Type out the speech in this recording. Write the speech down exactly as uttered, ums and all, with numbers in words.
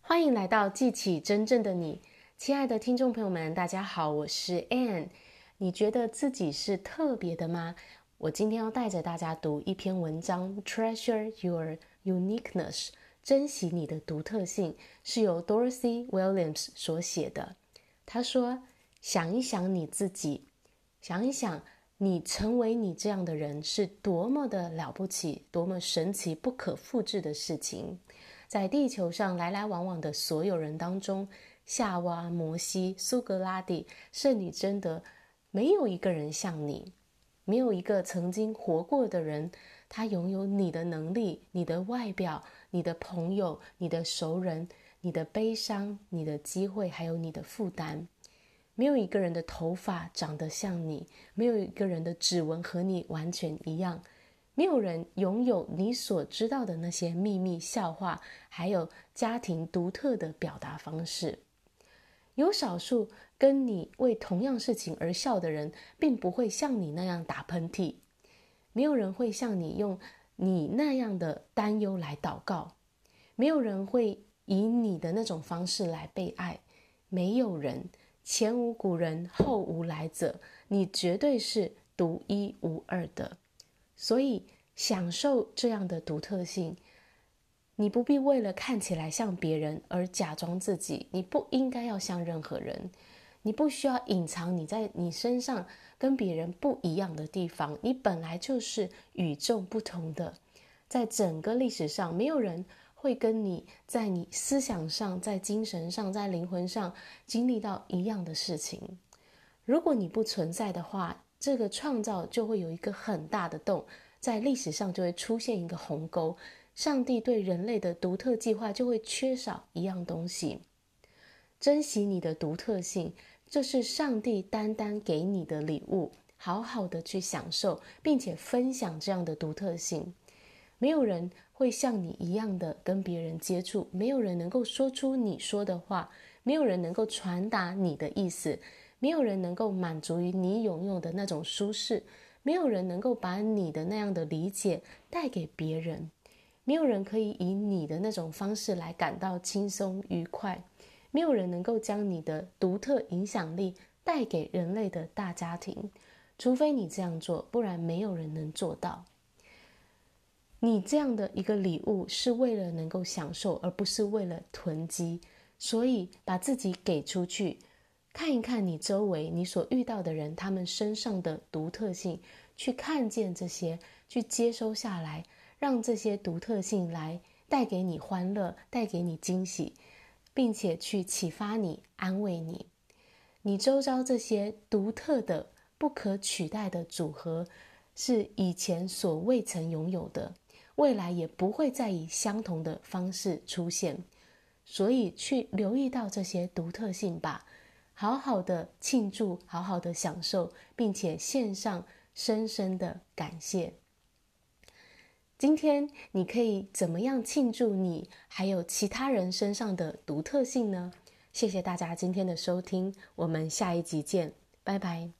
欢迎来到记起真正的你。亲爱的听众朋友们，大家好，我是 Ann。 你觉得自己是特别的吗？我今天要带着大家读一篇文章 Treasure Your Uniqueness， 珍惜你的独特性，是由 Dorothy Williams 所写的。他说，想一想你自己，想一想你成为你这样的人是多么的了不起，多么神奇不可复制的事情。在地球上来来往往的所有人当中，夏娃、摩西、苏格拉底、圣女贞德，没有一个人像你，没有一个曾经活过的人，他拥有你的能力、你的外表、你的朋友、你的熟人、你的悲伤、你的机会，还有你的负担。没有一个人的头发长得像你，没有一个人的指纹和你完全一样，没有人拥有你所知道的那些秘密笑话，还有家庭独特的表达方式。有少数跟你为同样事情而笑的人，并不会像你那样打喷嚏。没有人会像你用你那样的担忧来祷告。没有人会以你的那种方式来被爱。没有人，前无古人，后无来者，你绝对是独一无二的。所以享受这样的独特性，你不必为了看起来像别人而假装自己，你不应该要像任何人，你不需要隐藏你在你身上跟别人不一样的地方，你本来就是与众不同的。在整个历史上，没有人会跟你在你思想上、在精神上、在灵魂上经历到一样的事情。如果你不存在的话，这个创造就会有一个很大的洞，在历史上就会出现一个鸿沟，上帝对人类的独特计划就会缺少一样东西。珍惜你的独特性，这是上帝单单给你的礼物，好好的去享受，并且分享这样的独特性。没有人会像你一样的跟别人接触，没有人能够说出你说的话，没有人能够传达你的意思，没有人能够满足于你拥有的那种舒适，没有人能够把你的那样的理解带给别人，没有人可以以你的那种方式来感到轻松愉快，没有人能够将你的独特影响力带给人类的大家庭，除非你这样做，不然没有人能做到。你这样的一个礼物是为了能够享受，而不是为了囤积，所以把自己给出去，看一看你周围你所遇到的人，他们身上的独特性，去看见这些，去接收下来，让这些独特性来带给你欢乐，带给你惊喜，并且去启发你，安慰你。你周遭这些独特的不可取代的组合，是以前所未曾拥有的，未来也不会再以相同的方式出现。所以去留意到这些独特性吧，好好的庆祝，好好的享受，并且献上深深的感谢。今天你可以怎么样庆祝你还有其他人身上的独特性呢？谢谢大家今天的收听，我们下一集见，拜拜。